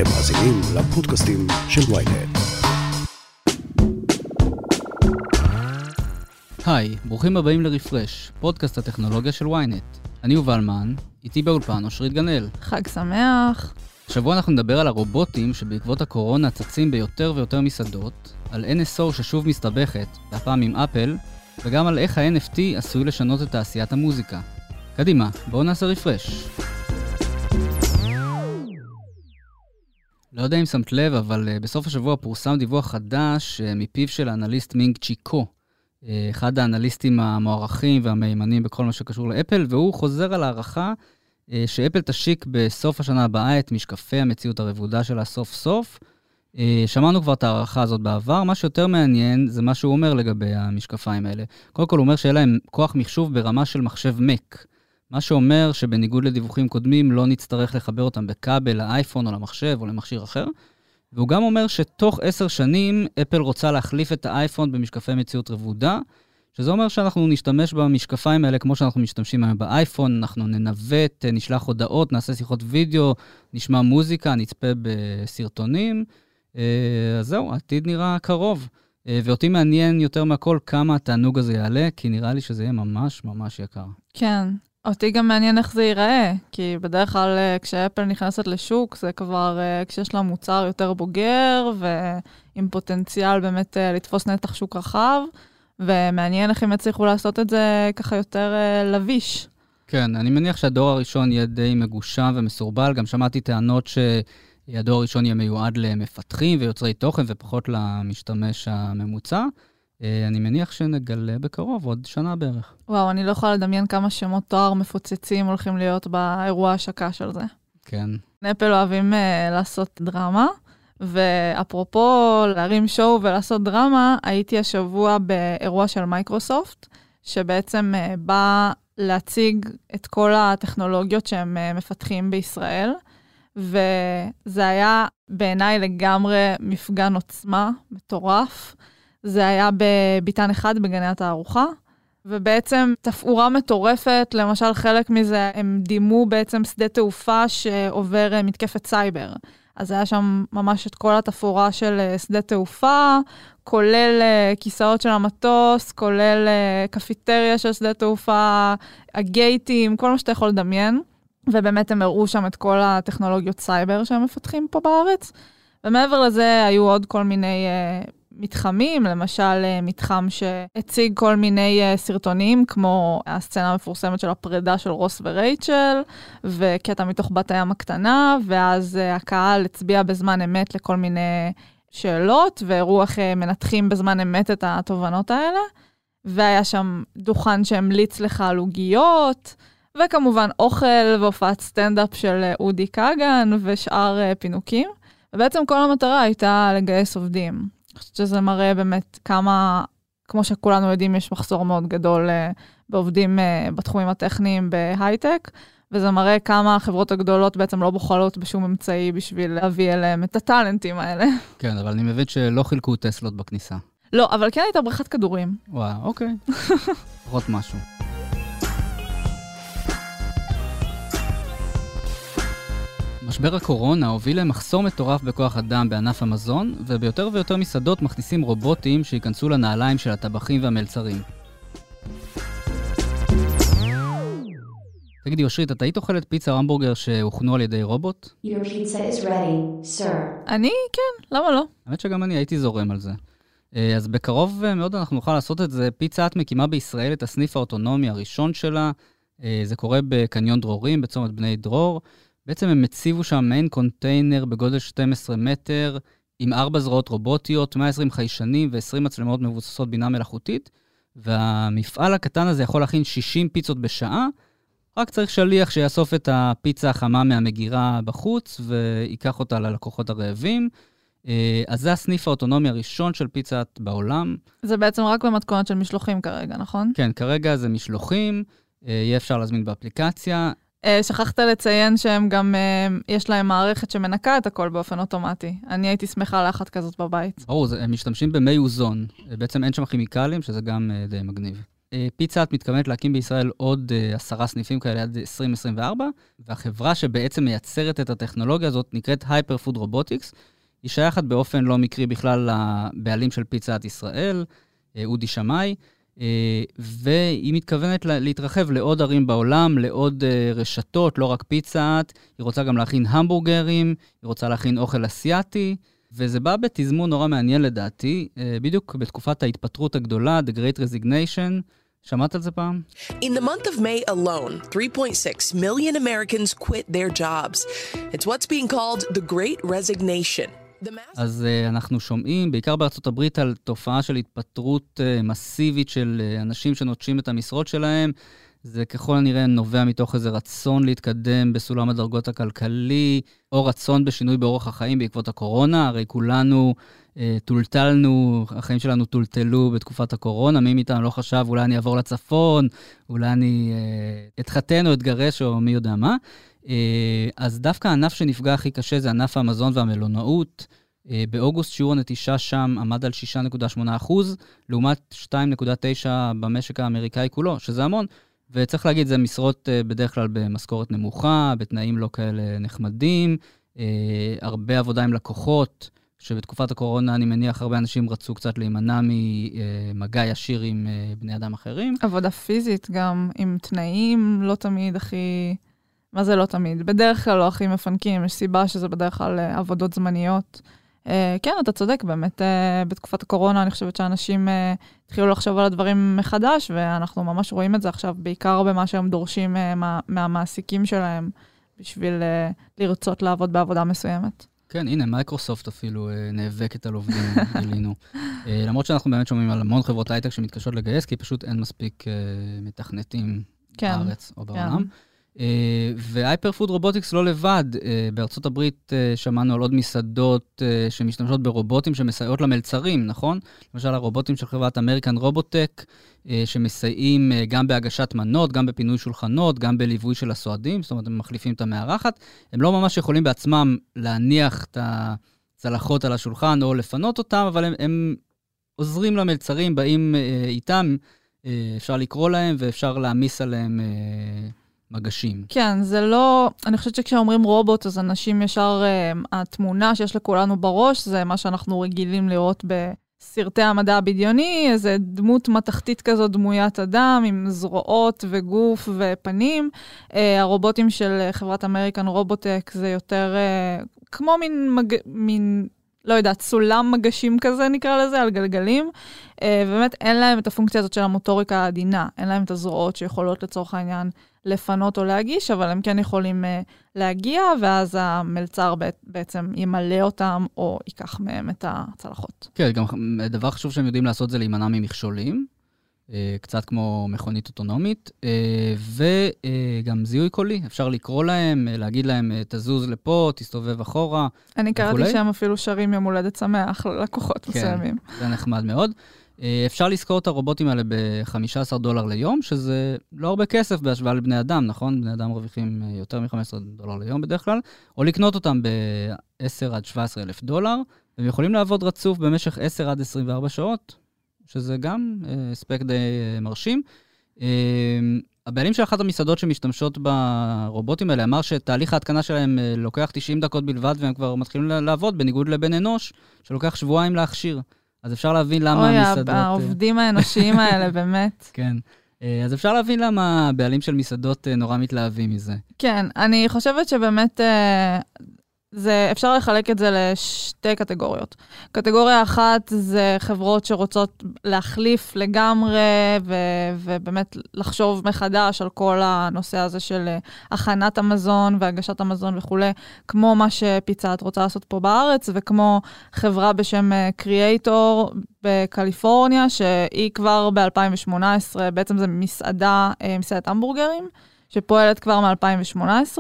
אתם מאזינים לפודקאסטים של ynet. היי, ברוכים הבאים לרפרש, פודקאסט הטכנולוגיה של ynet. אני יובל מן, איתי באולפן אושרית גנאל. חג שמח. השבוע אנחנו נדבר על הרובוטים שבעקבות הקורונה צצים ביותר ויותר מסעדות, על NSO ששוב מסתבכת, והפעם עם אפל, וגם על איך ה-NFT עשוי לשנות את תעשיית המוזיקה. קדימה, בואו נעשה רפרש. לא יודע אם שמת לב, אבל בסוף השבוע פורסם דיווח חדש מפיו של האנליסט מינג צ'יקו, אחד האנליסטים המוערכים והמהימנים בכל מה שקשור לאפל, והוא חוזר על הערכה שאפל תשיק בסוף השנה הבאה את משקפי המציאות הרבודה שלה סוף סוף. שמענו כבר את הערכה הזאת בעבר, מה שיותר מעניין זה מה שהוא אומר לגבי המשקפיים האלה. קודם כל הוא אומר שיהיה להם כוח מחשוב ברמה של מחשב מק, מה שאומר שבניגוד לדיווחים קודמים לא נצטרך לחבר אותם בכבל לאייפון או למחשב או למכשיר אחר. והוא גם אומר שתוך 10 שנים אפל רוצה להחליף את האייפון במשקפי מציאות רבודה, שזה אומר שאנחנו נשתמש במשקפיים האלה כמו שאנחנו משתמשים היום באייפון, אנחנו ננווט, נשלח הודעות, נעשה שיחות וידאו, נשמע מוזיקה, נצפה בסרטונים. אז זהו, העתיד נראה קרוב. ואותי מעניין יותר מהכל כמה התענוג הזה יעלה, כי נראה לי שזה יהיה ממש ממש יקר. כן, אותי גם מעניין איך זה ייראה, כי בדרך כלל כשאפל נכנסת לשוק, זה כבר כשיש לה מוצר יותר בוגר, ועם פוטנציאל באמת לתפוס נתח שוק רחב, ומעניין איך הם יצליחו לעשות את זה ככה יותר לביש. כן, אני מניח שהדור הראשון יהיה די מגושם ומסורבל, גם שמעתי טענות שהדור הראשון יהיה מיועד למפתחים ויוצרי תוכן, ופחות למשתמש הממוצע. אני מניח שנגלה בקרוב, עוד שנה בערך. וואו, אני לא יכולה לדמיין כמה שמות תואר מפוצצים הולכים להיות באירוע השקה של זה. כן. אפל אוהבים לעשות דרמה, ואפרופו להרים שואו ולעשות דרמה, הייתי השבוע באירוע של מייקרוסופט, שבעצם בא להציג את כל הטכנולוגיות שהם מפתחים בישראל, וזה היה בעיניי לגמרי מפגן עוצמה מטורף. זה היה בביתן אחד בגני התערוכה, ובעצם תפאורה מטורפת, למשל חלק מזה הם דימו בעצם שדה תעופה שעובר מתקפת סייבר. אז היה שם ממש את כל התפאורה של שדה תעופה, כולל כיסאות של המטוס, כולל קפיטריה של שדה תעופה, הגייטים, כל מה שאתה יכול לדמיין. ובאמת הם הראו שם את כל הטכנולוגיות סייבר שהם מפתחים פה בארץ. ומעבר לזה היו עוד כל מיני מתחמים, למשל מתחם שהציג כל מיני סרטונים, כמו הסצנה המפורסמת של הפרידה של רוס ורייצ'ל, וקטע מתוך בת הים הקטנה, ואז הקהל הצביע בזמן אמת לכל מיני שאלות, והראו איך מנתחים בזמן אמת את התובנות האלה, והיה שם דוכן שהמליץ לך על עוגיות, וכמובן אוכל והופעת סטנדאפ של אודי קאגן ושאר פינוקים, ובעצם כל המטרה הייתה לגייס עובדים. אני חושבת שזה מראה באמת כמה, כמו שכולנו יודעים, יש מחסור מאוד גדול בעובדים בתחומים הטכניים בהייטק, וזה מראה כמה החברות הגדולות בעצם לא בוחלות בשום אמצעי בשביל להביא אליהם את הטלנטים האלה. כן, אבל אני מבין שלא חילקו טסלות בכניסה. לא, אבל כן הייתה בריכת כדורים. וואו, אוקיי. פחות משהו. משבר הקורונה הוביל למחסור מטורף בכוח אדם בענף המזון, וביותר ויותר מסעדות מכניסים רובוטים שיכנסו לנעליים של הטבחים והמלצרים. תגידי, אושרית, את היית אוכלת פיצה או המבורגר שהוכנו על ידי רובוט? Your pizza is ready, sir. אני, כן, למה לא? האמת שגם אני הייתי זורם על זה. אז בקרוב מאוד אנחנו נוכל לעשות את זה. פיצה את מקימה בישראל את הסניף האוטונומי הראשון שלה. זה קורה בקניון דרורים, בצומת בני דרור. בעצם הם הציבו שם מעין קונטיינר בגודל 12 מטר, עם 4 זרועות רובוטיות, 120 חיישנים ו20 מצלמות מבוססות בינה מלאכותית, והמפעל הקטן הזה יכול להכין 60 פיצות בשעה, רק צריך שליח שיאסוף את הפיצה החמה מהמגירה בחוץ, ויקח אותה ללקוחות הרעבים. אז זה הסניף האוטונומי הראשון של פיצת בעולם. זה בעצם רק במתכונת של משלוחים כרגע, נכון? כן, כרגע זה משלוחים, יהיה אפשר להזמין באפליקציה. שכחת לציין שהם גם, יש להם מערכת שמנקה את הכל באופן אוטומטי. אני הייתי שמחה לאחת כזאת בבית. ברור, הם משתמשים במי אוזון. בעצם אין שם כימיקלים, שזה גם די מגניב. פיצה את מתכוונת להקים בישראל עוד 10 סניפים כאלה עד 2024, והחברה שבעצם מייצרת את הטכנולוגיה הזאת נקראת Hyperfood Robotics, היא שייכת באופן לא מקרי בכלל לבעלים של פיצה את ישראל, אודי שמאי, והיא מתכוונת להתרחב לעוד ערים בעולם, לעוד רשתות, לא רק פיצה-האט, היא רוצה גם להכין המבורגרים, היא רוצה להכין אוכל אסיאתי, וזה בא בתזמון נורא מעניין לדעתי, בדיוק בתקופת ההתפטרות הגדולה, The Great Resignation. שמעת על זה פעם? In the month of May alone, 3.6 million Americans quit their jobs. It's what's being called the Great Resignation. אז אנחנו שומעים, בעיקר בארצות הברית, על תופעה של התפטרות מסיבית של אנשים שנוטשים את המשרות שלהם. זה ככל הנראה נובע מתוך איזה רצון להתקדם בסולם הדרגות הכלכלי, או רצון בשינוי באורח החיים בעקבות הקורונה. הרי כולנו טולטלנו, החיים שלנו טולטלו בתקופת הקורונה, מי מאיתנו לא חשב, אולי אני אעבור לצפון, אולי אני אתחתן או אתגרש או מי יודע מה. אז דווקא הענף שנפגע הכי קשה זה ענף המזון והמלונאות. באוגוסט שיעור הנטישה שם עמד על 6.8%, לעומת 2.9% במשק האמריקאי כולו, שזה המון. וצריך להגיד, זה משרות בדרך כלל במשכורת נמוכה, בתנאים לא כאלה נחמדים, הרבה עבודה עם לקוחות, שבתקופת הקורונה אני מניח הרבה אנשים רצו קצת להימנע ממגע ישיר עם בני אדם אחרים. עבודה פיזית גם, עם תנאים לא תמיד הכי... מה זה לא תמיד? בדרך כלל לא הכי מפנקים, יש סיבה שזה בדרך כלל עבודות זמניות. כן, אתה צודק, באמת בתקופת הקורונה אני חושבת שאנשים התחילו לחשוב על הדברים מחדש, ואנחנו ממש רואים את זה עכשיו, בעיקר במה שהם דורשים מהמעסיקים שלהם, בשביל לרצות לעבוד בעבודה מסוימת. כן, הנה, מייקרוסופט אפילו נאבקת על עובדים, גילינו. למרות שאנחנו באמת שומעים על המון חברות הייטק שמתקשות לגייס, כי פשוט אין מספיק מתכנתים בארץ או בעולם. והייפרפוד רובוטיקס לא לבד. בארצות הברית שמענו על עוד מסעדות שמשתמשות ברובוטים שמסייעות למלצרים, נכון? למשל הרובוטים של חברת אמריקן רובוטק, שמסייעים גם בהגשת מנות, גם בפינוי שולחנות, גם בליווי של הסועדים, זאת אומרת, הם מחליפים את המארחת. הם לא ממש יכולים בעצמם להניח את הצלחות על השולחן או לפנות אותם, אבל הם עוזרים למלצרים, באים איתם, אפשר לקרוא להם ואפשר להמיס עליהם מגשים. כן, זה לא... אני חושבת שכשאומרים רובוט, אז אנשים ישר... התמונה שיש לכולנו בראש, זה מה שאנחנו רגילים לראות בסרטי המדע הבדיוני, איזה דמות מתכתית כזו, דמוית אדם, עם זרועות וגוף ופנים. הרובוטים של חברת אמריקן רובוטק זה יותר כמו מין לא יודעת, סולם מגשים כזה נקרא לזה, על גלגלים, ובאמת אין להם את הפונקציה הזאת של המוטוריקה העדינה, אין להם את הזרועות שיכולות לצורך העניין לפנות או להגיש, אבל הם כן יכולים להגיע, ואז המלצר בעצם ימלא אותם, או ייקח מהם את הצלחות. כן, גם דבר חשוב שהם יודעים לעשות זה להימנע ממכשולים, קצת כמו מכונית אוטונומית, וגם זיהוי קולי, אפשר לקרוא להם, להגיד להם, תזוז לפה, תסתובב אחורה. אני קראתי שהם אפילו שרים יום הולדת שמח ללקוחות מסוימים. כן, זה נחמד מאוד. אפשר לזכור את הרובוטים האלה $15 ליום, שזה לא הרבה כסף בהשוואה לבני אדם, נכון? בני אדם מרוויחים יותר $15 ליום בדרך כלל, או לקנות אותם ב$10,000 עד $17,000, והם יכולים לעבוד רצוף במשך 10 עד 24 שעות, שזה גם ספק די מרשים. הבעלים של אחת המסעדות שמשתמשות ברובוטים האלה אמר שתהליך ההתקנה שלהם לוקח 90 דקות בלבד, והם כבר מתחילים לעבוד בניגוד לבן אנוש, שלוקח שבועיים להכשיר. אז אפשר להבין למה המסעדות... העובדים האנושיים האלה, באמת. כן. אז אפשר להבין למה הבעלים של מסעדות נורא מתלהבים מזה. כן, אני חושבת שבאמת... אפשר לחלק את זה לשתי קטגוריות. קטגוריה אחת זה חברות שרוצות להחליף לגמרי, ובאמת לחשוב מחדש על כל הנושא הזה של הכנת המזון והגשת המזון וכו', כמו מה שפיצה-האט רוצה לעשות פה בארץ, וכמו חברה בשם קריאייטור בקליפורניה, שהיא כבר ב-2018, בעצם זה מסעדת המבורגרים, שפועלת כבר מ-2018,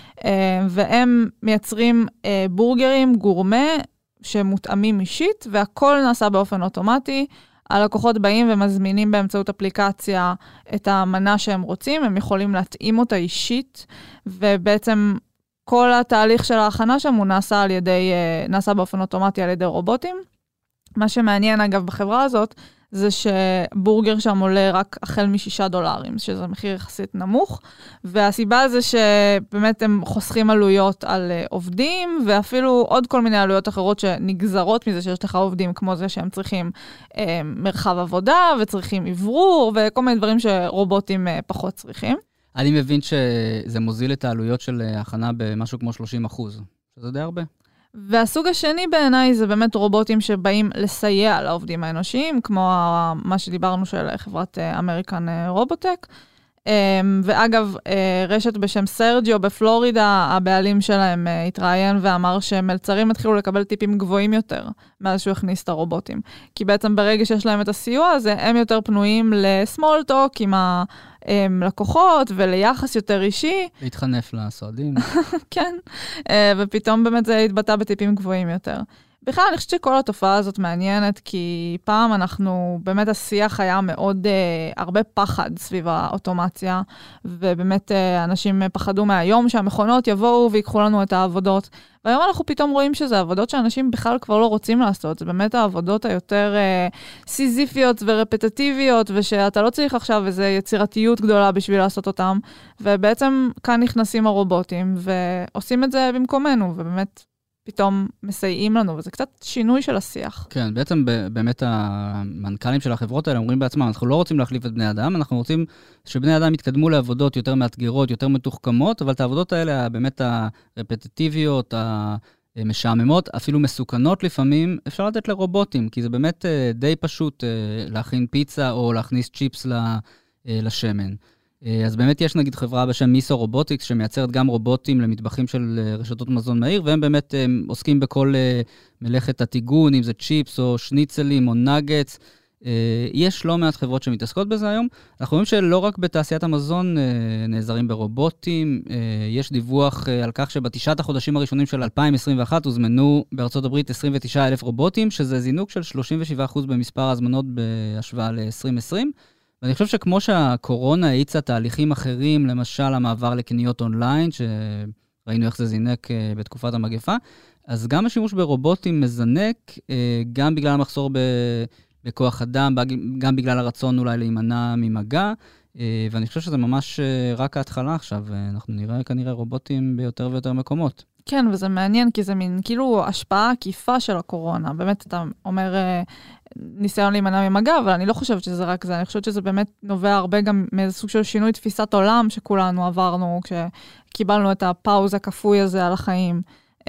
והם מייצרים בורגרים גורמה שמותאמים אישית, והכל נעשה באופן אוטומטי. הלקוחות באים ומזמינים באמצעות אפליקציה את המנה שהם רוצים, הם יכולים להתאים אותה אישית, ובעצם כל התהליך של ההכנה שם הוא נעשה באופן אוטומטי על ידי רובוטים. מה שמעניין אגב בחברה הזאת, זה שבורגר שם עולה רק החל $6, שזה מחיר יחסית נמוך, והסיבה זה שבאמת הם חוסכים עלויות על עובדים, ואפילו עוד כל מיני עלויות אחרות שנגזרות מזה שיש לך עובדים, כמו זה שהם צריכים מרחב עבודה, וצריכים עברור, וכל מיני דברים שרובוטים פחות צריכים. אני מבין שזה מוזיל את העלויות של הכנה במשהו כמו 30%, שזה די הרבה. והסוג השני בעיניי זה באמת רובוטים שבאים לסייע לעובדים האנושיים, כמו מה שדיברנו של חברת אמריקן רובוטק. ואגב, רשת בשם סרג'יו בפלורידה, הבעלים שלהם התראיין ואמר שמלצרים התחילו לקבל טיפים גבוהים יותר, מאז שהוא הכניס את הרובוטים. כי בעצם ברגע שיש להם את הסיוע הזה, הם יותר פנויים לסמול טוק עם הלקוחות וליחס יותר אישי. להתחנף לסועדים. כן, ופתאום באמת זה התבטא בטיפים גבוהים יותר. בכלל, אני חושבת שכל התופעה הזאת מעניינת, כי פעם אנחנו, באמת השיח היה מאוד, הרבה פחד סביב האוטומציה, ובאמת אנשים פחדו מהיום שהמכונות יבואו ויקחו לנו את העבודות. והיום אנחנו פתאום רואים שזה עבודות שאנשים בכלל כבר לא רוצים לעשות. זה באמת העבודות היותר סיזיפיות ורפטטיביות, ושאתה לא צריך עכשיו איזו יצירתיות גדולה בשביל לעשות אותם. ובעצם כאן נכנסים הרובוטים, ועושים את זה במקומנו, ובאמת פתאום מסייעים לנו, וזה קצת שינוי של השיח. כן, בעצם באמת המנכ"לים של החברות האלה אומרים בעצמם, אנחנו לא רוצים להחליף את בני אדם, אנחנו רוצים שבני אדם יתקדמו לעבודות יותר מאתגרות, יותר מתוחכמות, אבל את העבודות האלה, באמת הרפטטיביות, המשעממות, אפילו מסוכנות לפעמים, אפשר לתת לרובוטים, כי זה באמת די פשוט להכין פיצה או להכניס צ'יפס לשמן. אז באמת יש נגיד חברה בשם מיסו רובוטיקס, שמייצרת גם רובוטים למטבחים של רשתות מזון מהיר, והם באמת עוסקים בכל מלאכת הטיגון, אם זה צ'יפס או שניצלים או נגטס. יש לא מעט חברות שמתעסקות בזה היום. אנחנו רואים שלא רק בתעשיית המזון נעזרים ברובוטים, יש דיווח על כך שבתשעת החודשים הראשונים של 2021 הוזמנו בארצות הברית 29,000 רובוטים, שזה זינוק של 37% במספר ההזמנות בהשוואה ל-2020. ואני חושב שכמו שהקורונה האיצה תהליכים אחרים, למשל המעבר לקניות אונליין, שראינו איך זה זינק בתקופת המגפה, אז גם השימוש ברובוטים מזנק, גם בגלל המחסור בכוח אדם, גם בגלל הרצון אולי להימנע ממגע, ואני חושב שזה ממש רק ההתחלה עכשיו, אנחנו נראה כנראה רובוטים ביותר ויותר מקומות. כן, וזה מעניין, כי זה מין כאילו השפעה עקיפה של הקורונה. באמת, אתה אומר ניסיון להימנע ממגע, אבל אני לא חושבת שזה רק זה. אני חושבת שזה באמת נובע הרבה גם מאיזה סוג של שינוי תפיסת עולם שכולנו עברנו, כשקיבלנו את הפאוז הכפוי הזה על החיים.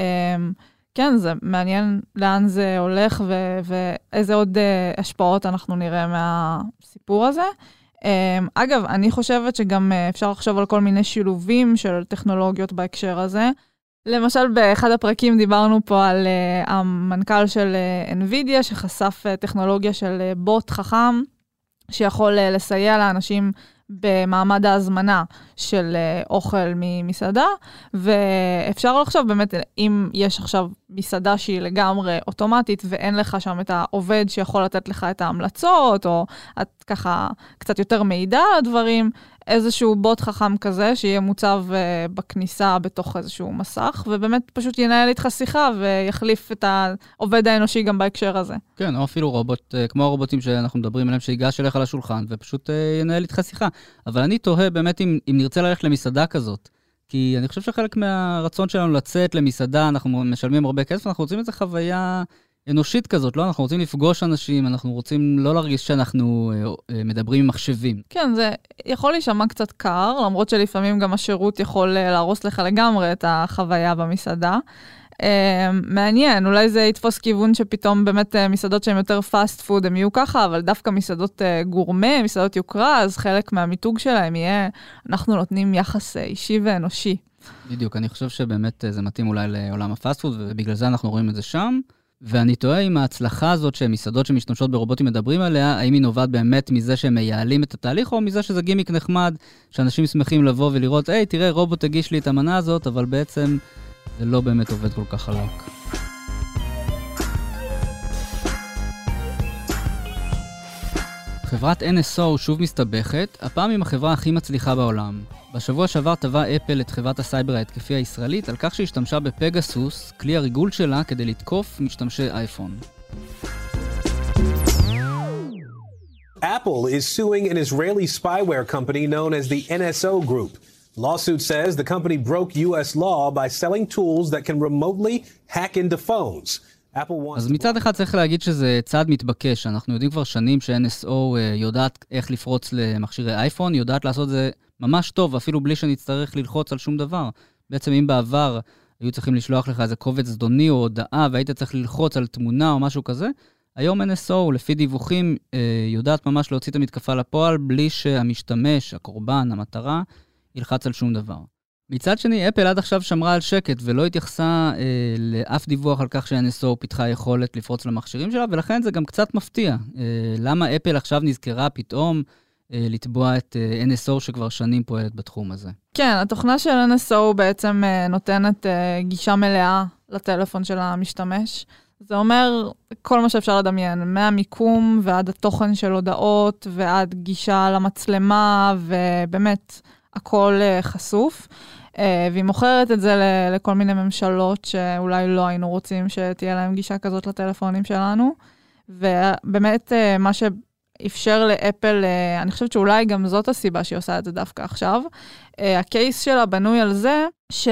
כן, זה מעניין לאן זה הולך, ואיזה עוד השפעות אנחנו נראה מהסיפור הזה. אגב, אני חושבת שגם אפשר לחשוב על כל מיני שילובים של טכנולוגיות בהקשר הזה. למשל, באחד הפרקים דיברנו פה על המנכ"ל של NVIDIA, שחשף טכנולוגיה של בוט חכם, שיכול לסייע לאנשים במעמד ההזמנה של אוכל ממסעדה, ואפשר לחשוב באמת, אם יש עכשיו מסעדה שהיא לגמרי אוטומטית, ואין לך שם את העובד שיכול לתת לך את ההמלצות, או את ככה קצת יותר מידע על הדברים, איזשהו בוט חכם כזה, שיהיה מוצב בכניסה בתוך איזשהו מסך, ובאמת פשוט ינהל איתך שיחה, ויחליף את העובד האנושי גם בהקשר הזה. כן, או אפילו רובוט, כמו הרובוטים שאנחנו מדברים עליהם, שיגש אליך לשולחן, ופשוט ינהל איתך שיחה. אבל אני תוהה באמת אם נרצה ללכת למסעדה כזאת, כי אני חושב שחלק מהרצון שלנו לצאת למסעדה, אנחנו משלמים הרבה כסף, אנחנו רוצים איזו חוויה אנושית כזאת, לא? אנחנו רוצים לפגוש אנשים, אנחנו רוצים לא להרגיש שאנחנו מדברים עם מחשבים. כן, זה יכול להישמע קצת קר, למרות שלפעמים גם השירות יכול להרוס לך לגמרי את החוויה במסעדה. מעניין, אולי זה יתפוס כיוון שפתאום באמת מסעדות שהן יותר פאסט פוד הם יהיו ככה, אבל דווקא מסעדות גורמה, מסעדות יוקרה, אז חלק מהמיתוג שלהם יהיה, אנחנו נותנים יחס אישי ואנושי. בדיוק, אני חושב שבאמת זה מתאים אולי לעולם הפאסט פוד, ובגלל זה אנחנו רואים את זה שם. ואני תוהה עם ההצלחה הזאת שמסעדות שמשתמשות ברובוטים מדברים עליה, האם היא נובעת באמת מזה שהם מייעלים את התהליך, או מזה שזה גימיק נחמד, שאנשים שמחים לבוא ולראות, היי, תראה, רובוט הגיש לי את המנה הזאת, אבל בעצם זה לא באמת עובד כל כך חלק. חברת NSO שוב מסתבכת, הפעם עם החברה הכי מצליחה בעולם. בשבוע שעבר טבע אפל את חברת הסייבר ההתקפי הישראלית על כך שהשתמשה בפגסוס, כלי הריגול שלה, כדי לתקוף משתמשי אייפון. Apple is suing an Israeli spyware company known as the NSO Group. Lawsuit says the company broke U.S. law by selling tools that can remotely hack into phones. אז מצד אחד צריך להגיד שזה צעד מתבקש. אנחנו יודעים כבר שנים ש-NSO יודעת איך לפרוץ למכשירי אייפון, יודעת לעשות זה ממש טוב, אפילו בלי שנצטרך ללחוץ על שום דבר. בעצם אם בעבר היו צריכים לשלוח לך איזה קובץ זדוני או הודעה, והיית צריך ללחוץ על תמונה או משהו כזה, היום NSO, לפי דיווחים, יודעת ממש להוציא את המתקפה לפועל, בלי שהמשתמש, הקורבן, המטרה, ילחץ על שום דבר. מצד שני, אפל עד עכשיו שמרה על שקט, ולא התייחסה לאף דיווח על כך ש-NSO פיתחה יכולת לפרוץ למכשירים שלה, ולכן זה גם קצת מפתיע. למה אפל עכשיו נזכרה פתאום לתבוע את NSO שכבר שנים פועלת בתחום הזה? כן, התוכנה של NSO בעצם נותנת גישה מלאה לטלפון של המשתמש. זה אומר כל מה שאפשר לדמיין, מהמיקום ועד התוכן של הודעות, ועד גישה למצלמה, ובאמת הכל חשוף. והיא מוכרת את זה לכל מיני ממשלות שאולי לא היינו רוצים שתהיה להם גישה כזאת לטלפונים שלנו. ובאמת מה שאפשר לאפל, אני חושבת שאולי גם זאת הסיבה שהיא עושה את זה דווקא עכשיו, הקייס שלה בנוי על זה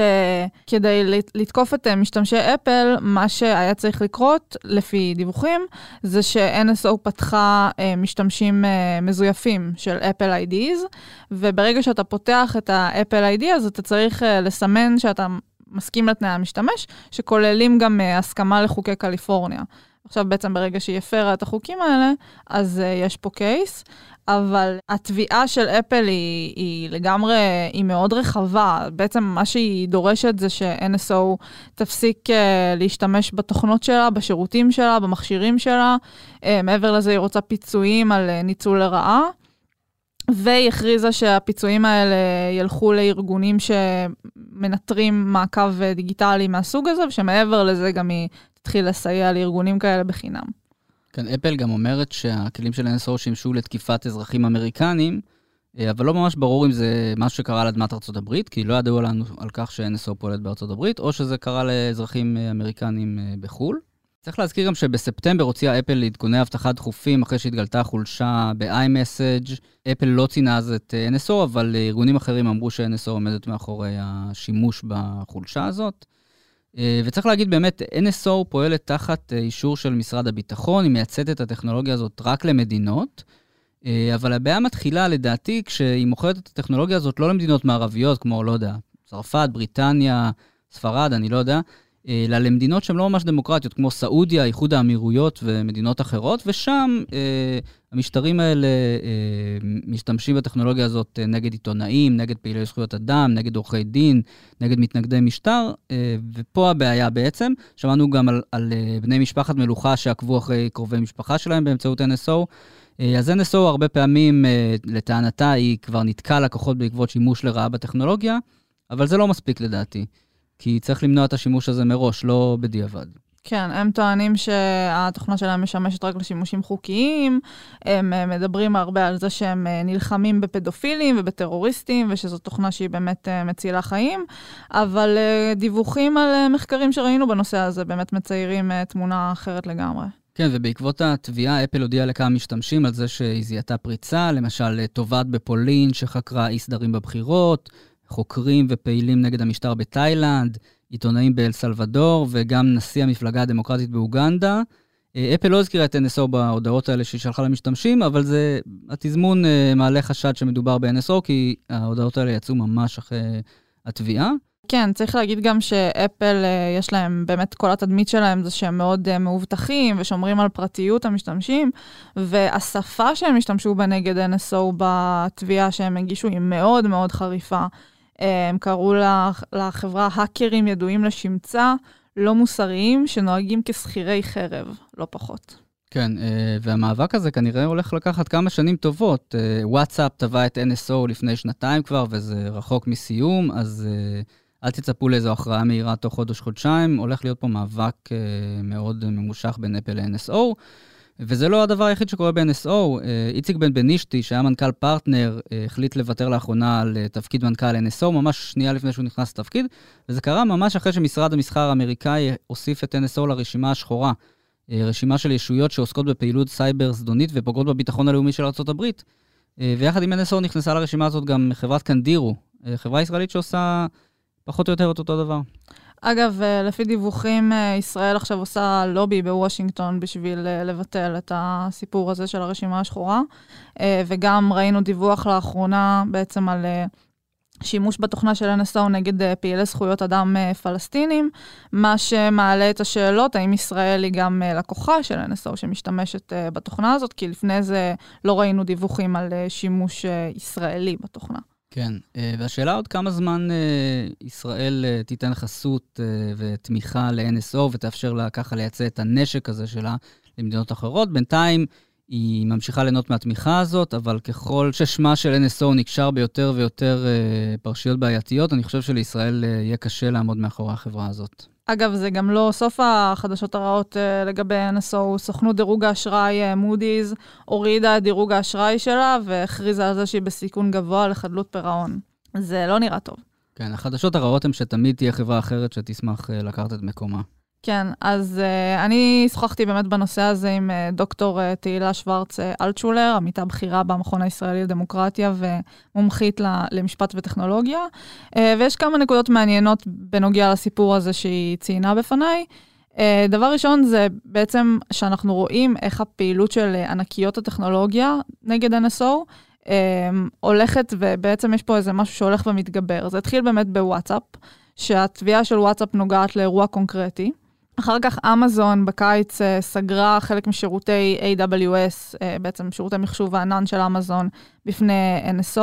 שכדי לתקוף את משתמשי אפל, מה שהיה צריך לקרות לפי דיווחים, זה ש-NSO פתחה משתמשים מזויפים של אפל IDs, וברגע שאתה פותח את האפל ID, אז אתה צריך לסמן שאתה מסכים לתנאי המשתמש, שכוללים גם הסכמה לחוקי קליפורניה. עכשיו בעצם ברגע שהיא הפרה את החוקים האלה, אז יש פה קייס, אבל התביעה של אפל היא לגמרי, היא מאוד רחבה. בעצם מה שהיא דורשת זה ש-NSO תפסיק להשתמש בתוכנות שלה, בשירותים שלה, במכשירים שלה. מעבר לזה היא רוצה פיצויים על ניצול לרעה, והיא הכריזה שהפיצויים האלה ילכו לארגונים שמנטרים מעקב דיגיטלי מהסוג הזה, ושמעבר לזה גם היא תתחיל לסייע לארגונים כאלה בחינם. כן, אפל גם אומרת שהכלים של NSO שימשו לתקיפת אזרחים אמריקנים, אבל לא ממש ברור אם זה משהו שקרה על אדמת ארצות הברית, כי לא ידעו לנו על כך ש-NSO פועלת בארצות הברית, או שזה קרה לאזרחים אמריקנים בחול. צריך להזכיר גם שבספטמבר הוציאה אפל לעדכוני אבטחה דחופים, אחרי שהתגלתה חולשה ב-iMessage. אפל לא ציינה אז את NSO, אבל ארגונים אחרים אמרו ש-NSO עומדת מאחורי השימוש בחולשה הזאת. וצריך להגיד באמת, NSO פועלת תחת אישור של משרד הביטחון, היא מייצאת את הטכנולוגיה הזאת רק למדינות, אבל הבעיה מתחילה לדעתי כשהיא מוכרת את הטכנולוגיה הזאת לא למדינות מערביות, כמו, לא יודע, צרפת, בריטניה, ספרד, אני לא יודע, אלא למדינות שהן לא ממש דמוקרטיות, כמו סעודיה, איחוד האמירויות ומדינות אחרות, ושם המשטרים האלה משתמשים בטכנולוגיה הזאת נגד עיתונאים, נגד פעילי זכויות אדם, נגד עורכי דין, נגד מתנגדי משטר, ופה הבעיה בעצם. שמענו גם על בני משפחת מלוכה שעקבו אחרי קרובי משפחה שלהם באמצעות NSO, אז NSO הרבה פעמים, לטענתה, היא כבר נתקה לקוחות בעקבות שימוש לרעה בטכנולוגיה, אבל זה לא מספיק לדעתי. כי צריך למנוע את השימוש הזה מראש, לא בדיעבד. כן, הם טוענים שהתוכנה שלהם משמשת רק לשימושים חוקיים, הם מדברים הרבה על זה שהם נלחמים בפדופילים ובטרוריסטים, ושזו תוכנה שהיא באמת מצילה חיים, אבל דיווחים על מחקרים שראינו בנושא הזה באמת מציירים תמונה אחרת לגמרי. כן, ובעקבות התביעה, אפל הודיעה לכמה משתמשים על זה שהיא זיהתה פריצה, למשל תובעת בפולין שחקרה אי סדרים בבחירות, חוקרים ופעילים נגד המשטר בתאילנד, עיתונאים באל סלבדור, וגם נשיא המפלגה הדמוקרטית באוגנדה. אפל לא הזכירה את NSO בהודעות האלה שהיא שלחה למשתמשים, אבל זה, התזמון מעלה חשד שמדובר ב-NSO, כי ההודעות האלה יצאו ממש אחרי התביעה. כן, צריך להגיד גם שאפל, יש להם, באמת כל התדמית שלהם זה שהם מאוד מאובטחים ושומרים על פרטיות המשתמשים, והשפה שהם השתמשו בה נגד NSO בתביעה שהם הגישו היא מאוד מאוד חריפה. הם קראו לחברה האקרים ידועים לשמצה, לא מוסריים, שנוהגים כסחירי חרב, לא פחות. כן, והמאבק הזה כנראה הולך לקחת כמה שנים טובות. וואטסאפ טבע את NSO לפני שנתיים כבר, וזה רחוק מסיום, אז אל תצפו לאיזו הכרעה מהירה תוך חודש-חודשיים. הולך להיות פה מאבק מאוד ממושך בין אפל ל-NSO, וזה לא הדבר היחיד שקורה ב-NSO. איציק בן בנישתי, שהיה מנכ"ל פרטנר, החליט לוותר לאחרונה על תפקיד מנכ"ל NSO, ממש שנייה לפני שהוא נכנס לתפקיד, וזה קרה ממש אחרי שמשרד המסחר האמריקאי הוסיף את NSO לרשימה השחורה רשימה של ישויות שעוסקות בפעילות סייבר זדונית ופוגעות בביטחון הלאומי של ארצות הברית. ויחד עם NSO נכנסה לרשימה הזאת גם חברת קנדירו, חברה ישראלית שעושה פחות או יותר את אותו דבר. אגב, לפי דיווחים, ישראל עכשיו עושה לובי בוושינגטון בשביל לבטל את הסיפור הזה של הרשימה השחורה, וגם ראינו דיווח לאחרונה בעצם על שימוש בתוכנה של NSO נגד פעילי זכויות אדם פלסטינים, מה שמעלה את השאלות, האם ישראל היא גם לקוחה של NSO שמשתמשת בתוכנה הזאת, כי לפני זה לא ראינו דיווחים על שימוש ישראלי בתוכנה. כן, והשאלה עוד כמה זמן ישראל תיתן חסות ותמיכה ל-NSO ותאפשר לה ככה לייצא את הנשק הזה שלה למדינות אחרות. בינתיים היא ממשיכה ליהנות מהתמיכה הזאת, אבל ככל ששמה של NSO נקשר ביותר ויותר פרשיות בעייתיות, אני חושב שלישראל יהיה קשה לעמוד מאחורי החברה הזאת. אגב, זה גם לא סוף החדשות הרעות לגבי NSO. סוכנות דירוג האשראי מודי'ס הורידה את דירוג האשראי שלה, והכריזה על זה שהיא בסיכון גבוה לחדלות פירעון. זה לא נראה טוב. כן, החדשות הרעות הן שתמיד תהיה חברה אחרת שתשמח לקחת את מקומה. כן, אז אני שוחחתי באמת בנושא הזה עם דוקטור תהילה שוורץ אלטשולר, עמיתה בכירה במכון הישראלי לדמוקרטיה ומומחית למשפט וטכנולוגיה, ויש כמה נקודות מעניינות בנוגע לסיפור הזה שהיא ציינה בפניי. דבר ראשון זה בעצם שאנחנו רואים איך הפעילות של ענקיות הטכנולוגיה נגד NSO הולכת, ובעצם יש פה איזה משהו שהולך ומתגבר. זה התחיל באמת בוואטסאפ, שהתביעה של וואטסאפ נוגעת לאירוע קונקרטי. אחר כך אמזון בקיץ סגרה חלק משירותי AWS, בעצם שירותי מחשוב הענן של אמזון, בפני NSO,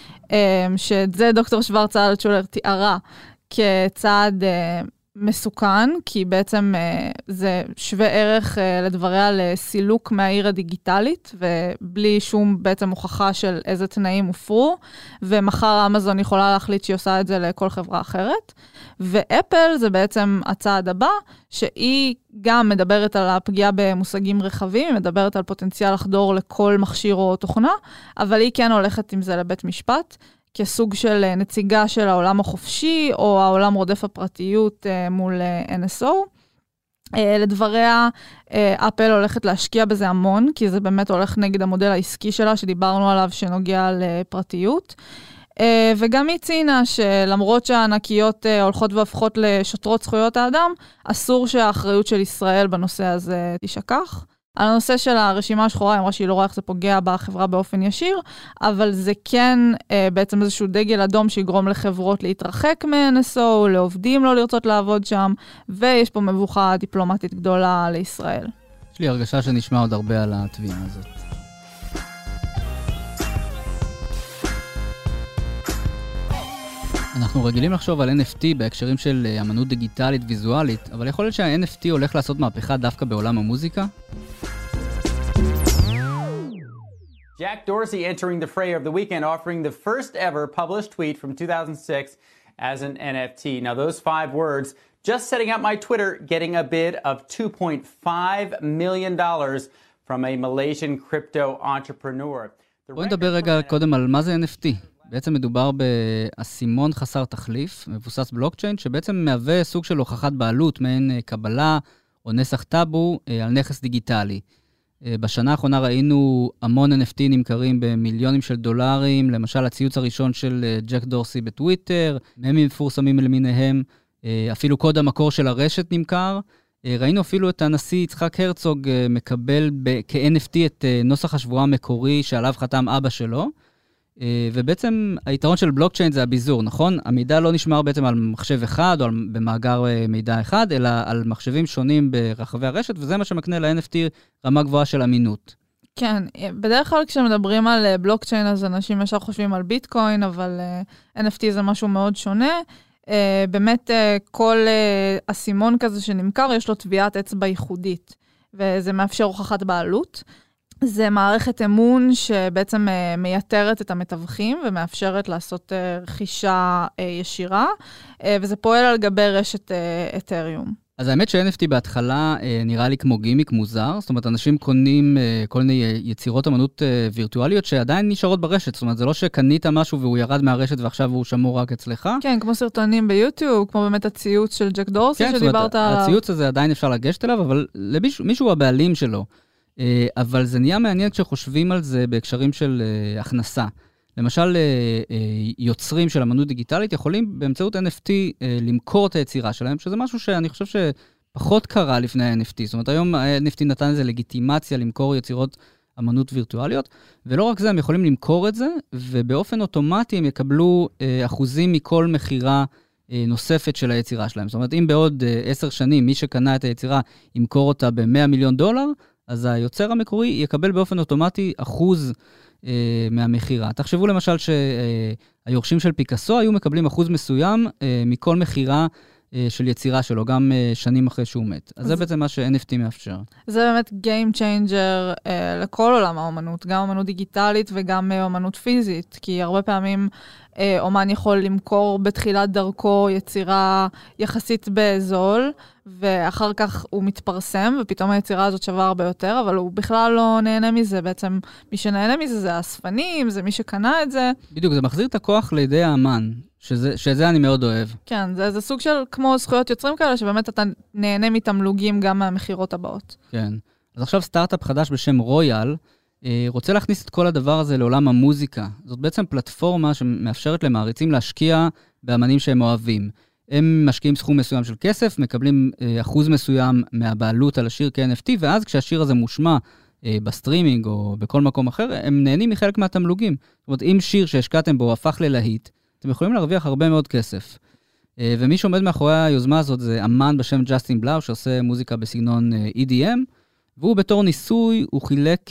שזה דוקטור שוורץ אלטשולר תיארה כצעד מסוכן, כי בעצם זה שווה ערך לדבריה לסילוק מהעיר הדיגיטלית, ובלי שום בעצם הוכחה של איזה תנאים הופרו, ומחר אמזון יכולה להחליט שהיא עושה את זה לכל חברה אחרת. ואפל זה בעצם הצעד הבא, שהיא גם מדברת על הפגיעה במושגים רחבים, היא מדברת על פוטנציאל לחדור לכל מכשיר או תוכנה, אבל היא כן הולכת עם זה לבית משפט, כסוג של נציגה של העולם החופשי, או העולם רודף הפרטיות מול NSO. לדבריה, אפל הולכת להשקיע בזה המון, כי זה באמת הולך נגד המודל העסקי שלה, שדיברנו עליו שנוגע לפרטיות. וגם היא ציינה שלמרות שהענקיות הולכות והפכות לשוטרות זכויות האדם, אסור שהאחריות של ישראל בנושא הזה תשכח. על הנושא של הרשימה השחורה, היא אמרה שהיא לא רואה איך זה פוגע בחברה באופן ישיר, אבל זה כן בעצם איזשהו דגל אדום שיגרום לחברות להתרחק מ-NSO, לעובדים לא לרצות לעבוד שם, ויש פה מבוכה דיפלומטית גדולה לישראל. יש לי הרגשה שנשמע עוד הרבה על התביעה הזאת. אנחנו רגילים לחשוב על NFT בהקשרים של אמנות דיגיטלית ויזואלית, אבל יכול להיות שה-NFT הולך לעשות מהפכה דווקא בעולם המוזיקה? Jack Dorsey entering the fray of the weekend, offering the first ever published tweet from 2006 as an NFT. Now those 5 words, just setting up my Twitter, getting a bid of $2.5 million from a Malaysian crypto entrepreneur. בואי נדבר רגע קודם על מה זה NFT. בעצם מדובר באסימון חסר תחליף, מבוסס בלוקצ'יין, שבעצם מהווה סוג של הוכחת בעלות, מעין קבלה או נסח טאבו על נכס דיגיטלי. בשנה האחרונה ראינו המון NFT נמכרים במיליונים של דולרים, למשל הציוץ הראשון של ג'ק דורסי בטוויטר, ממים מפורסמים למיניהם, אפילו קוד המקור של הרשת נמכר. ראינו אפילו את הנשיא יצחק הרצוג מקבל כ-NFT את נוסח השבועה המקורי שעליו חתם אבא שלו, ובעצם היתרון של בלוקצ'יין זה הביזור, נכון? המידע לא נשמר בעצם על מחשב אחד או במאגר מידע אחד, אלא על מחשבים שונים ברחבי הרשת, וזה מה שמקנה ל-NFT רמה גבוהה של אמינות. כן, בדרך כלל כשמדברים על בלוקצ'יין, אז אנשים ישר חושבים על ביטקוין, אבל NFT זה משהו מאוד שונה. באמת כל אסימון כזה שנמכר, יש לו טביעת אצבע ייחודית, וזה מאפשר הוכחת בעלות. זה מערכת אמון שבעצם מייתרת את המתווכים ומאפשרת לעשות רכישה ישירה, וזה פועל על גבי רשת אתריום. אז האמת ש-NFT בהתחלה נראה לי כמו גימיק מוזר, זאת אומרת, אנשים קונים כל מיני יצירות אמנות וירטואליות שעדיין נשארות ברשת, זאת אומרת, זה לא שקנית משהו והוא ירד מהרשת ועכשיו הוא שמור רק אצלך. כן, כמו סרטונים ביוטיוב, כמו באמת הציוץ של ג'ק דורסי שדיברת עליו. הציוץ הזה עדיין אפשר לגשת אליו, אבל מישהו הוא הבעלים שלו. אבל זה נהיה מעניין כשחושבים על זה בהקשרים של הכנסה. למשל, יוצרים של אמנות דיגיטלית יכולים באמצעות NFT למכור את היצירה שלהם, שזה משהו שאני חושב שפחות קרה לפני ה-NFT. זאת אומרת, היום ה-NFT נתן איזה לגיטימציה למכור יצירות אמנות וירטואליות, ולא רק זה, הם יכולים למכור את זה, ובאופן אוטומטי הם יקבלו אחוזים מכל מחירה נוספת של היצירה שלהם. זאת אומרת, אם בעוד 10 שנים מי שקנה את היצירה ימכור אותה ב$100 מיליון, אז היוצר המקורי יקבל באופן אוטומטי אחוז מהמחירה. תחשבו למשל שהיורשים של פיקאסו היו מקבלים אחוז מסוים מכל מחירה של יצירה שלו, גם שנים אחרי שהוא מת. אז זה בעצם מה ש-NFT מאפשר. זה באמת game changer לכל עולם האומנות, גם אומנות דיגיטלית וגם אומנות פיזית, כי הרבה פעמים אומן יכול למכור בתחילת דרכו יצירה יחסית בזול, ואחר כך הוא מתפרסם, ופתאום היצירה הזאת שווה הרבה יותר, אבל הוא בכלל לא נהנה מזה. בעצם מי שנהנה מזה זה האספנים, זה מי שקנה את זה. בדיוק, זה מחזיר את הכוח לידי האמן, שזה אני מאוד אוהב. כן, זה סוג של כמו זכויות יוצרים כאלה, שבאמת אתה נהנה מתמלוגים גם מהמחירות הבאות. כן. אז עכשיו סטארט-אפ חדש בשם רויאל, רוצה להכניס את כל הדבר הזה לעולם המוזיקה. זאת בעצם פלטפורמה שמאפשרת למעריצים להשקיע באמנים שהם אוהבים. הם משקיעים סכום מסוים של כסף, מקבלים אחוז מסוים מהבעלות על השיר כ-NFT, ואז כשהשיר הזה מושמע בסטרימינג או בכל מקום אחר, הם נהנים מחלק מהתמלוגים. זאת אומרת, אם שיר שהשקעתם בו הפך ללהיט, אתם יכולים להרוויח הרבה מאוד כסף. ומי שעומד מאחורי היוזמה הזאת זה אמן בשם ג'סטין בלאו, שעושה מוזיקה בסגנון EDM, והוא בתור ניסוי, הוא חילק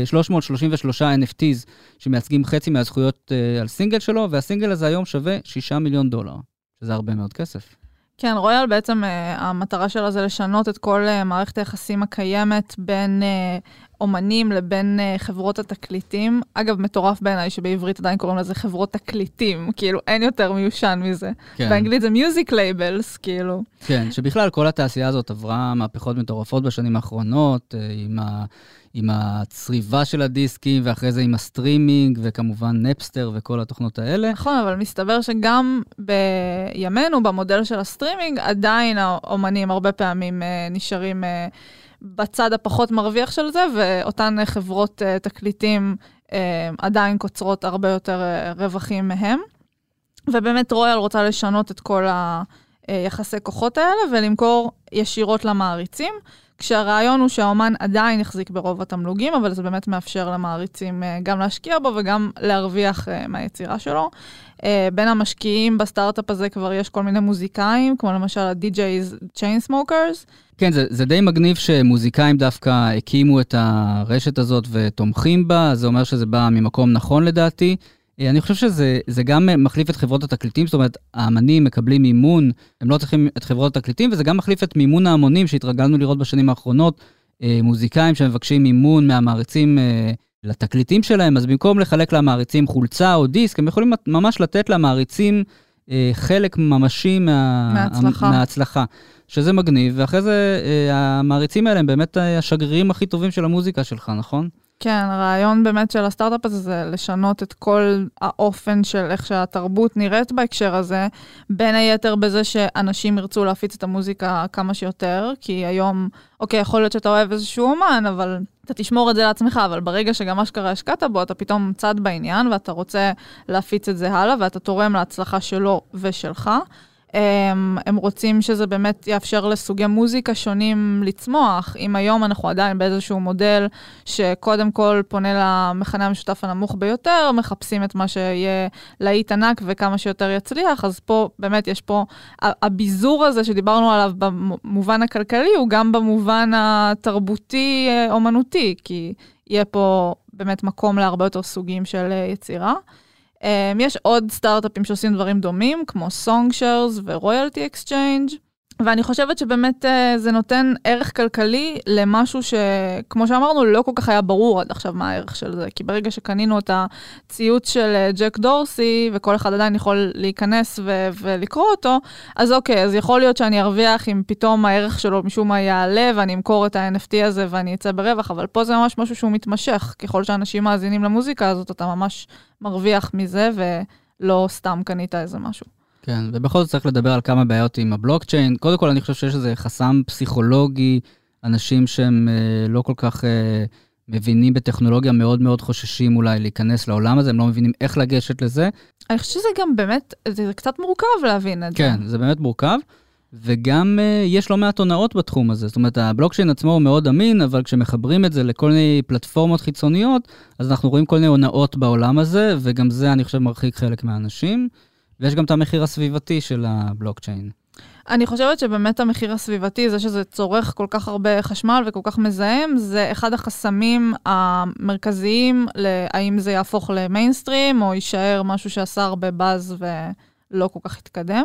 333 NFTs שמייצגים חצי מהזכויות על סינגל שלו, והסינגל הזה היום שווה $6 מיליון, שזה הרבה מאוד כסף. כן, רויאל בעצם המטרה שלה זה לשנות את כל מערכת היחסים הקיימת בין אומנים לבין חברות התקליטים. אגב, מטורף בעיניי שבעברית עדיין קוראים לזה חברות תקליטים, כאילו אין יותר מיושן מזה. כן. באנגלית זה music labels, כאילו. כן, שבכלל כל התעשייה הזאת עברה מהפכות מטורפות בשנים האחרונות, עם הצריבה של הדיסקים, ואחרי זה עם הסטרימינג, וכמובן נפסטר וכל התוכנות האלה. נכון, אבל מסתבר שגם בימינו, במודל של הסטרימינג, עדיין האומנים הרבה פעמים נשארים בצד הפחות מרוויח של זה, ואותן חברות תקליטים עדיין קוצרות הרבה יותר רווחים מהם. ובאמת רויאל רוצה לשנות את כל היחסי כוחות האלה, ולמכור ישירות למעריצים, כשהרעיון הוא שהאומן עדיין יחזיק ברוב התמלוגים, אבל זה באמת מאפשר למעריצים גם להשקיע בו וגם להרוויח מהיצירה שלו. בין המשקיעים בסטארט-אפ הזה כבר יש כל מיני מוזיקאים, כמו למשל ה-DJs Chainsmokers. כן, זה די מגניב שמוזיקאים דווקא הקימו את הרשת הזאת ותומכים בה, זה אומר שזה בא ממקום נכון לדעתי. אני חושב שזה גם מחליף את חברות התקליטים, זאת אומרת, האמנים מקבלים מימון, הם לא צריכים את חברות התקליטים, וזה גם מחליף את מימון ההמונים שהתרגלנו לראות בשנים האחרונות, מוזיקאים שמבקשים מימון מהמעריצים לתקליטים שלהם, אז במקום לחלק למעריצים חולצה או דיסק, הם יכולים ממש לתת למעריצים חלק ממשי מההצלחה, שזה מגניב, ואחרי זה המעריצים האלה הם באמת השגרירים הכי טובים של המוזיקה שלך, נכון? כן, הרעיון באמת של הסטארט-אפ הזה זה לשנות את כל האופן של איך שהתרבות נראית בהקשר הזה, בין היתר בזה שאנשים ירצו להפיץ את המוזיקה כמה שיותר, כי היום, אוקיי, יכול להיות שאתה אוהב איזשהו אומן, אבל אתה תשמור את זה לעצמך, אבל ברגע שגם אשכרה השקעת בו, אתה פתאום צד בעניין, ואתה רוצה להפיץ את זה הלאה, ואתה תורם להצלחה שלו ושלך. הם רוצים שזה באמת יאפשר לסוגי מוזיקה שונים לצמוח. אם היום אנחנו עדיין באיזשהו מודל שקודם כל פונה למכנה המשותף הנמוך ביותר, מחפשים את מה שיהיה להיט ענק וכמה שיותר יצליח, אז פה באמת יש פה, הביזור הזה שדיברנו עליו במובן הכלכלי, הוא גם במובן התרבותי אומנותי, כי יהיה פה באמת מקום להרבה יותר סוגים של יצירה. יש עוד סטארט-אפים שעושים דברים דומים, כמו Songshare ו-Royalty Exchange, ואני חושבת שבאמת זה נותן ערך כלכלי למשהו שכמו שאמרנו, לא כל כך היה ברור עד עכשיו מה הערך של זה, כי ברגע שקנינו את הציוץ של ג'ק דורסי, וכל אחד עדיין יכול להיכנס ולקרוא אותו, אז אוקיי, אז יכול להיות שאני ארוויח אם פתאום הערך שלו משום מה יעלה, ואני אמכור את ה-NFT הזה ואני אצא ברווח, אבל פה זה ממש משהו שהוא מתמשך, ככל שאנשים מאזינים למוזיקה הזאת, אתה ממש מרוויח מזה, ולא סתם קנית איזה משהו. כן, ובכל זאת צריך לדבר על כמה בעיות עם הבלוקצ'יין. קודם כל, אני חושב שיש איזה חסם פסיכולוגי, אנשים שהם לא כל כך מבינים בטכנולוגיה, מאוד מאוד חוששים אולי להיכנס לעולם הזה, הם לא מבינים איך לגשת לזה. אני חושבת שזה גם באמת, זה קצת מורכב להבין את זה. כן, זה באמת מורכב, וגם יש לא מעט הונאות בתחום הזה. זאת אומרת, הבלוקצ'יין עצמו הוא מאוד אמין, אבל כשמחברים את זה לכל מיני פלטפורמות חיצוניות, אז אנחנו רואים כל מיני הונאות בעולם הזה, וגם זה, אני חושב, מרחיק חלק מהאנשים. ויש גם את המחיר הסביבתי של הבלוקצ'יין. אני חושבת שבאמת המחיר הסביבתי, זה שזה צורך כל כך הרבה חשמל וכל כך מזהם, זה אחד החסמים המרכזיים להאם זה יהפוך למיינסטרים, או יישאר משהו שעשה הרבה באז ולא כל כך יתקדם.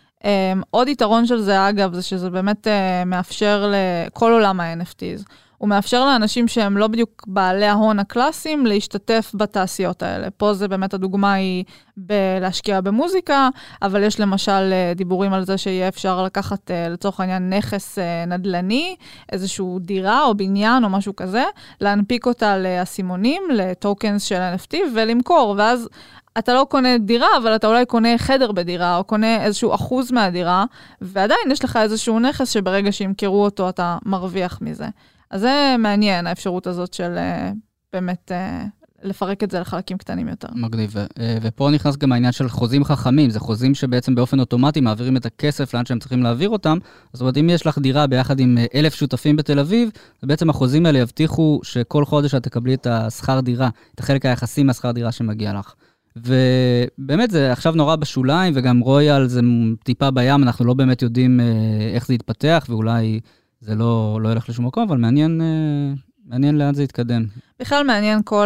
עוד יתרון של זה, אגב, זה שזה באמת מאפשר לכל עולם ה-NFTs. הוא מאפשר לאנשים שהם לא בדיוק בעלי ההון הקלאסיים להשתתף בתעשיות האלה. פה זה באמת הדוגמה היא בלהשקיע במוזיקה, אבל יש למשל דיבורים על זה שיהיה אפשר לקחת לצורך העניין נכס נדל"ני, איזשהו דירה או בניין או משהו כזה, להנפיק אותה לאסימונים, לטוקנס של NFT ולמכור, ואז אתה לא קונה דירה, אבל אתה אולי קונה חדר בדירה, או קונה איזשהו אחוז מהדירה, ועדיין יש לך איזשהו נכס שברגע שימכרו אותו אתה מרוויח מזה. אז זה מעניין, האפשרות הזאת של באמת לפרק את זה לחלקים קטנים יותר. מגניב. ופה נכנס גם העניין של חוזים חכמים. זה חוזים שבעצם באופן אוטומטי מעבירים את הכסף לאן שהם צריכים להעביר אותם. זאת אומרת, אם יש לך דירה ביחד עם 1,000 שותפים בתל אביב, אז בעצם החוזים האלה יבטיחו שכל חודש את תקבלי את השכר דירה, את החלק היחסי מהשכר דירה שמגיע לך. ובאמת זה עכשיו נורא בשוליים, וגם רויאל זה טיפה בים, אנחנו לא באמת יודעים איך זה יתפתח, ואולי זה לא ילך לשום מקום, אבל מעניין לאן זה יתקדם. בכלל מעניין כל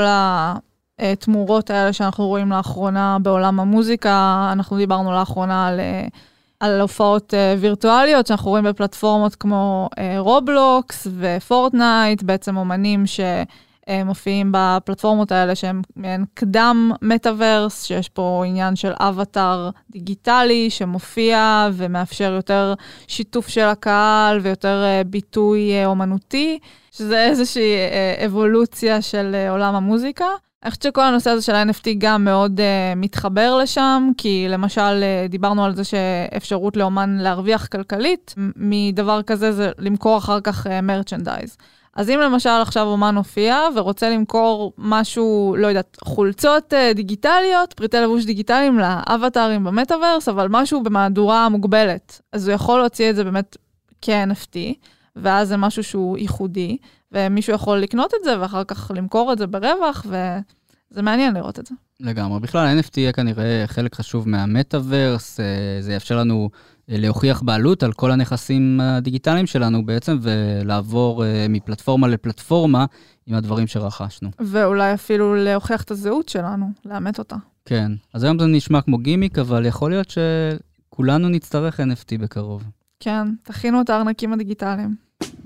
התמורות האלה שאנחנו רואים לאחרונה בעולם המוזיקה. אנחנו דיברנו לאחרונה על הופעות וירטואליות, שאנחנו רואים בפלטפורמות כמו רובלוקס ופורטנייט, בעצם אומנים שמופיעים בפלטפורמות האלה שהם מעין קדם מטאברס, שיש פה עניין של אבטר דיגיטלי שמופיע ומאפשר יותר שיתוף של הקהל ויותר ביטוי אומנותי, שזה איזושהי אבולוציה של עולם המוזיקה. אני חושבת שכל הנושא הזה של ה-NFT גם מאוד מתחבר לשם, כי למשל דיברנו על זה שאפשרות לאומן להרוויח כלכלית, מדבר כזה זה למכור אחר כך מרצ'נדייז. אז אם למשל עכשיו אומן הופיע ורוצה למכור משהו, לא יודעת, חולצות דיגיטליות, פריטי לבוש דיגיטליים לאבטרים במטאברס, אבל משהו במהדורה מוגבלת, אז הוא יכול להוציא את זה באמת כ-NFT, ואז זה משהו שהוא ייחודי, ומישהו יכול לקנות את זה, ואחר כך למכור את זה ברווח, וזה מעניין לראות את זה. לגמרי. בכלל, ה-NFT יהיה כנראה חלק חשוב מהמטאברס, זה יאפשר לנו להוכיח בעלות על כל הנכסים הדיגיטליים שלנו בעצם, ולעבור מפלטפורמה לפלטפורמה עם הדברים שרכשנו. ואולי אפילו להוכיח את הזהות שלנו, לאמת אותה. כן. אז היום זה נשמע כמו גימיק, אבל יכול להיות שכולנו נצטרך NFT בקרוב. כן, תכינו את הארנקים הדיגיטליים.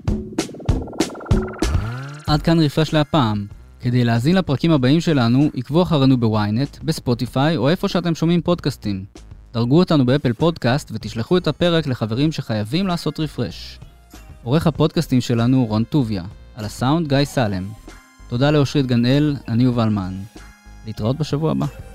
עד כאן רפרש להפעם. כדי להזין לפרקים הבאים שלנו, עקבו אחרינו בוויינט, בספוטיפיי או איפה שאתם שומעים פודקאסטים. דרגו אותנו באפל פודקאסט ותשלחו את הפרק לחברים שחייבים לעשות רפרש. עורך הפודקאסטים שלנו רון טוביה, על הסאונד גיא סלם. תודה לאושרית גנאל, אני יובל מן. להתראות בשבוע הבא.